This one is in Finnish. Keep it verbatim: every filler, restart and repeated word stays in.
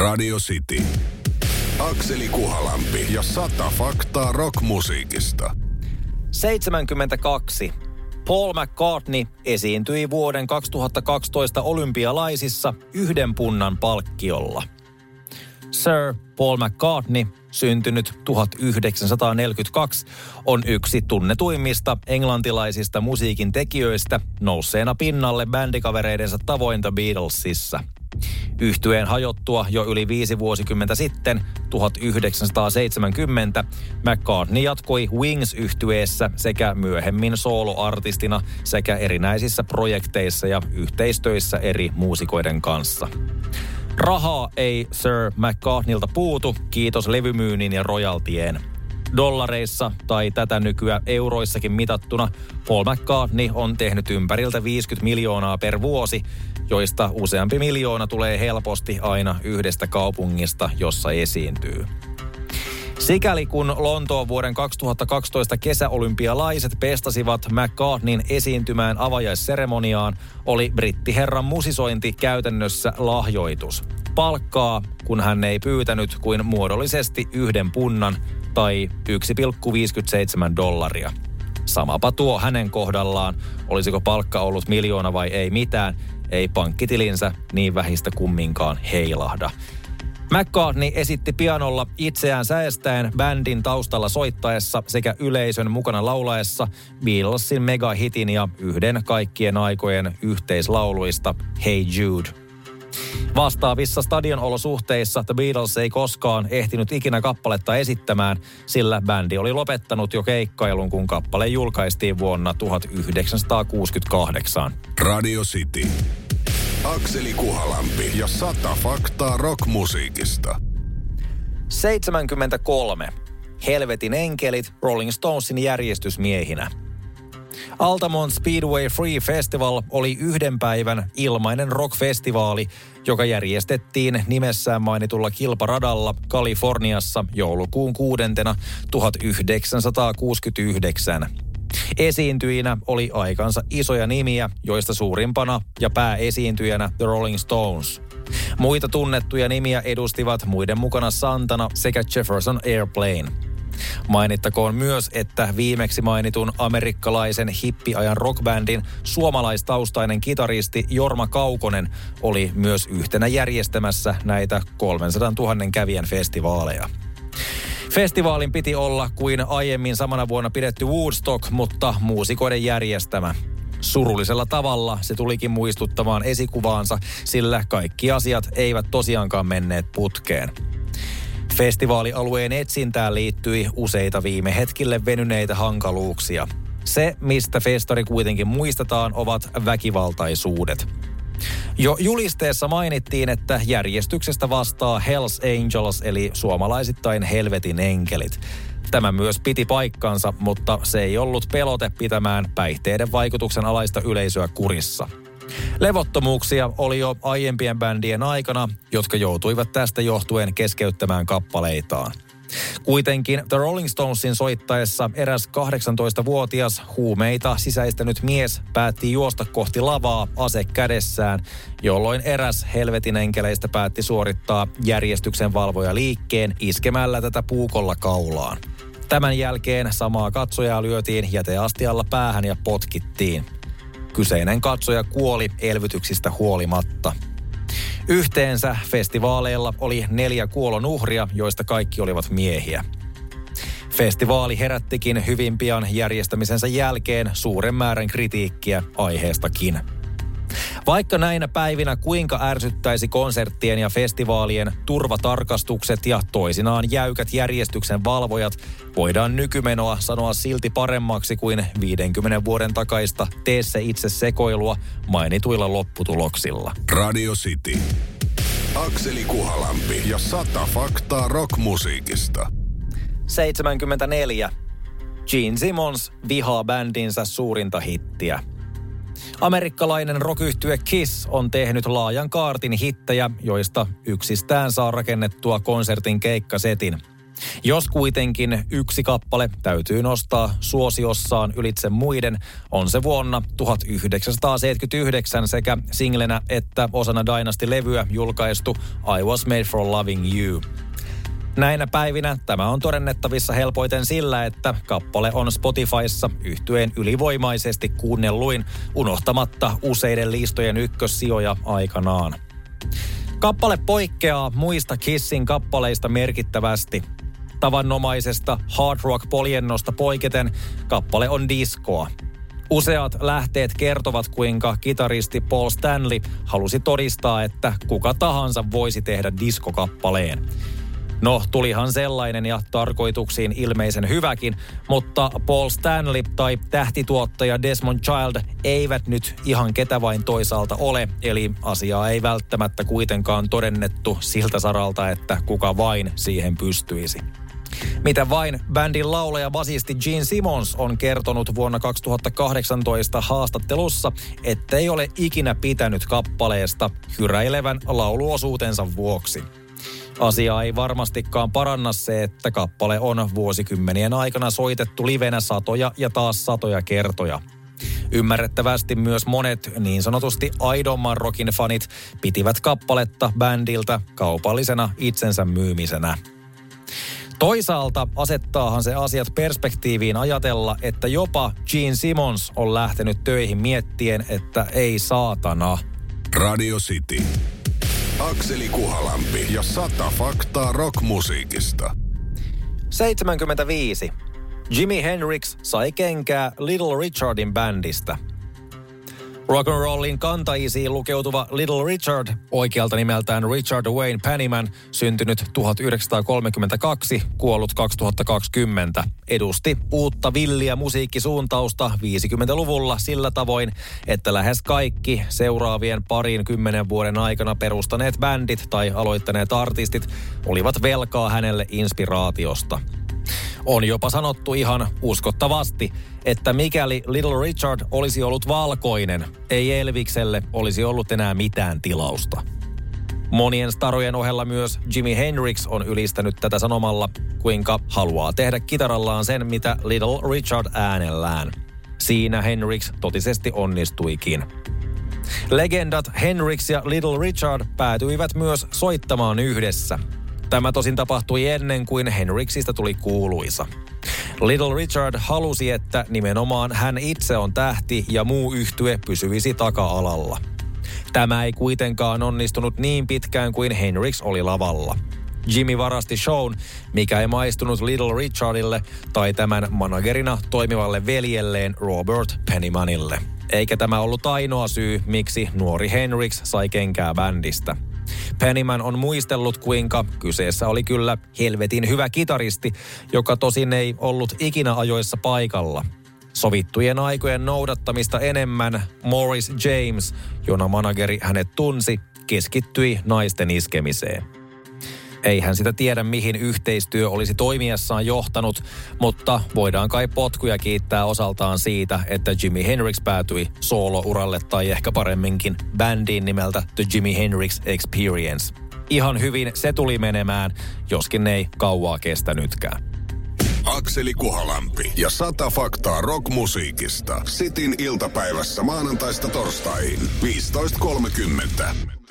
Radio City. Akseli Kuhalampi ja sata faktaa rockmusiikista. seitsemänkymmentäkaksi. Paul McCartney esiintyi vuoden kaksituhattakaksitoista olympialaisissa yhden punnan palkkiolla. Sir Paul McCartney, syntynyt tuhatyhdeksänsataaneljäkymmentäkaksi, on yksi tunnetuimmista englantilaisista musiikin tekijöistä nousseena pinnalle bändikavereidensa tavoin The Beatlesissa. Yhtyeen hajottua jo yli viisi vuosikymmentä sitten, tuhatyhdeksänsataaseitsemänkymmentä, McCartney jatkoi Wings-yhtyeessä sekä myöhemmin sooloartistina sekä erinäisissä projekteissa ja yhteistöissä eri muusikoiden kanssa. Rahaa ei Sir McCartneylta puutu, kiitos levymyynnin ja royaltien. Dollareissa tai tätä nykyä euroissakin mitattuna Paul McCartney on tehnyt ympäriltä viisikymmentä miljoonaa per vuosi, joista useampi miljoona tulee helposti aina yhdestä kaupungista, jossa esiintyy. Sikäli kun Lontoon vuoden kaksituhattakaksitoista kesäolympialaiset pestasivat McCartneyn esiintymään avajaisseremoniaan, oli brittiherran musisointi käytännössä lahjoitus. Palkkaa, kun hän ei pyytänyt kuin muodollisesti yhden punnan tai yksi pilkku viisikymmentäseitsemän dollaria. Samapa tuo hänen kohdallaan, olisiko palkka ollut miljoona vai ei mitään, ei pankkitilinsä niin vähistä kumminkaan heilahda. McCartney esitti pianolla itseään säestäen bändin taustalla soittaessa sekä yleisön mukana laulaessa Beatlesin megahitin ja yhden kaikkien aikojen yhteislauluista Hey Jude. Vastaavissa stadionolosuhteissa The Beatles ei koskaan ehtinyt ikinä kappaletta esittämään, sillä bändi oli lopettanut jo keikkailun, kun kappale julkaistiin vuonna tuhatyhdeksänsataakuusikymmentäkahdeksan. Radio City. Akseli Kuhalampi ja sata faktaa rockmusiikista. seitsemänkymmentäkolme. Helvetin enkelit Rolling Stonesin järjestysmiehinä. Altamont Speedway Free Festival oli yhden päivän ilmainen rockfestivaali, joka järjestettiin nimessään mainitulla kilparadalla Kaliforniassa joulukuun kuudentena tuhatyhdeksänsataakuusikymmentäyhdeksän. Esiintyjinä oli aikansa isoja nimiä, joista suurimpana ja pääesiintyjänä The Rolling Stones. Muita tunnettuja nimiä edustivat muiden mukana Santana sekä Jefferson Airplane. Mainittakoon myös, että viimeksi mainitun amerikkalaisen hippiajan rockbändin suomalaistaustainen kitaristi Jorma Kaukonen oli myös yhtenä järjestämässä näitä kolmesataatuhatta kävijän festivaaleja. Festivaalin piti olla kuin aiemmin samana vuonna pidetty Woodstock, mutta muusikoiden järjestämä. Surullisella tavalla se tulikin muistuttamaan esikuvaansa, sillä kaikki asiat eivät tosiaankaan menneet putkeen. Festivaalialueen etsintään liittyi useita viime hetkille venyneitä hankaluuksia. Se, mistä festari kuitenkin muistetaan, ovat väkivaltaisuudet. Jo julisteessa mainittiin, että järjestyksestä vastaa Hells Angels eli suomalaisittain helvetin enkelit. Tämä myös piti paikkansa, mutta se ei ollut pelote pitämään päihteiden vaikutuksen alaista yleisöä kurissa. Levottomuuksia oli jo aiempien bändien aikana, jotka joutuivat tästä johtuen keskeyttämään kappaleitaan. Kuitenkin The Rolling Stonesin soittaessa eräs kahdeksantoistavuotias huumeita sisäistänyt mies päätti juosta kohti lavaa ase kädessään, jolloin eräs helvetin enkeleistä päätti suorittaa järjestyksen valvoja liikkeen iskemällä tätä puukolla kaulaan. Tämän jälkeen samaa katsojaa lyötiin jäteastialla päähän ja potkittiin. Kyseinen katsoja kuoli elvytyksistä huolimatta. Yhteensä festivaaleilla oli neljä kuolon uhria, joista kaikki olivat miehiä. Festivaali herättikin hyvin pian järjestämisensä jälkeen suuren määrän kritiikkiä aiheestakin. Vaikka näinä päivinä kuinka ärsyttäisi konserttien ja festivaalien turvatarkastukset ja toisinaan jäykät järjestyksen valvojat, voidaan nykymenoa sanoa silti paremmaksi kuin viidenkymmenen vuoden takaista tee se itse sekoilua mainituilla lopputuloksilla. Radio City. Akseli Kuhalampi ja sata faktaa rockmusiikista. seitsemänkymmentäneljä. Gene Simmons vihaa bändinsä suurinta hittiä. Amerikkalainen rock-yhtye Kiss on tehnyt laajan kaartin hittejä, joista yksistään saa rakennettua konsertin keikkasetin. Jos kuitenkin yksi kappale täytyy nostaa suosiossaan ylitse muiden, on se vuonna tuhatyhdeksänsataaseitsemänkymmentäyhdeksän sekä singlenä että osana Dynasty-levyä julkaistu I Was Made for Loving You. Näinä päivinä tämä on todennettavissa helpoiten sillä, että kappale on Spotifyssa yhtyeen ylivoimaisesti kuunnelluin, unohtamatta useiden listojen ykkössijoja aikanaan. Kappale poikkeaa muista Kissin kappaleista merkittävästi. Tavanomaisesta hard rock poljennosta poiketen kappale on diskoa. Useat lähteet kertovat, kuinka kitaristi Paul Stanley halusi todistaa, että kuka tahansa voisi tehdä diskokappaleen. No, tulihan sellainen ja tarkoituksiin ilmeisen hyväkin, mutta Paul Stanley tai tähtituottaja Desmond Child eivät nyt ihan ketä vain toisaalta ole, eli asiaa ei välttämättä kuitenkaan todennettu siltä saralta, että kuka vain siihen pystyisi. Mitä vain bändin laulaja basisti Gene Simmons on kertonut vuonna kaksituhattakahdeksantoista haastattelussa, ettei ole ikinä pitänyt kappaleesta hyräilevän lauluosuutensa vuoksi. Asiaa ei varmastikaan paranna se, että kappale on vuosikymmenien aikana soitettu livenä satoja ja taas satoja kertoja. Ymmärrettävästi myös monet niin sanotusti aidomman rockin fanit pitivät kappaletta bändiltä kaupallisena itsensä myymisenä. Toisaalta asettaahan se asiat perspektiiviin ajatella, että jopa Gene Simmons on lähtenyt töihin miettien, että ei saatana. Radio City. Akseli Kuhalampi ja sata faktaa rockmusiikista. seitsemänkymmentäviisi. Jimi Hendrix sai kenkää Little Richardin bändistä. Rock'n'rollin kantaisiin lukeutuva Little Richard, oikealta nimeltään Richard Wayne Penniman, syntynyt tuhatyhdeksänsataakolmekymmentäkaksi, kuollut kaksituhattakaksikymmentä, edusti uutta villiä musiikkisuuntausta viisikymmentäluvulla sillä tavoin, että lähes kaikki seuraavien parin kymmenen vuoden aikana perustaneet bändit tai aloittaneet artistit olivat velkaa hänelle inspiraatiosta. On jopa sanottu ihan uskottavasti, että mikäli Little Richard olisi ollut valkoinen, ei Elvikselle olisi ollut enää mitään tilausta. Monien starojen ohella myös Jimi Hendrix on ylistänyt tätä sanomalla, kuinka haluaa tehdä kitarallaan sen, mitä Little Richard äänellään. Siinä Hendrix totisesti onnistuikin. Legendat Hendrix ja Little Richard päätyivät myös soittamaan yhdessä. Tämä tosin tapahtui ennen kuin Hendrixistä tuli kuuluisa. Little Richard halusi, että nimenomaan hän itse on tähti ja muu yhtye pysyisi taka-alalla. Tämä ei kuitenkaan onnistunut niin pitkään kuin Hendrix oli lavalla. Jimmy varasti shown, mikä ei maistunut Little Richardille tai tämän managerina toimivalle veljelleen Robert Pennymanille. Eikä tämä ollut ainoa syy, miksi nuori Hendrix sai kenkää bändistä. Pennyman on muistellut, kuinka kyseessä oli kyllä helvetin hyvä kitaristi, joka tosin ei ollut ikinä ajoissa paikalla. Sovittujen aikojen noudattamista enemmän Morris James, jona manageri hänet tunsi, keskittyi naisten iskemiseen. Ei hän sitä tiedä, mihin yhteistyö olisi toimiessaan johtanut, mutta voidaan kai potkuja kiittää osaltaan siitä, että Jimi Hendrix päätyi soolo-uralle tai ehkä paremminkin bändiin nimeltä The Jimi Hendrix Experience. Ihan hyvin se tuli menemään, joskin ei kauaa kestänytkään. Akseli Kuhalampi ja sata faktaa rockmusiikista. Sitin iltapäivässä maanantaista torstaihin viisitoista kolmekymmentä.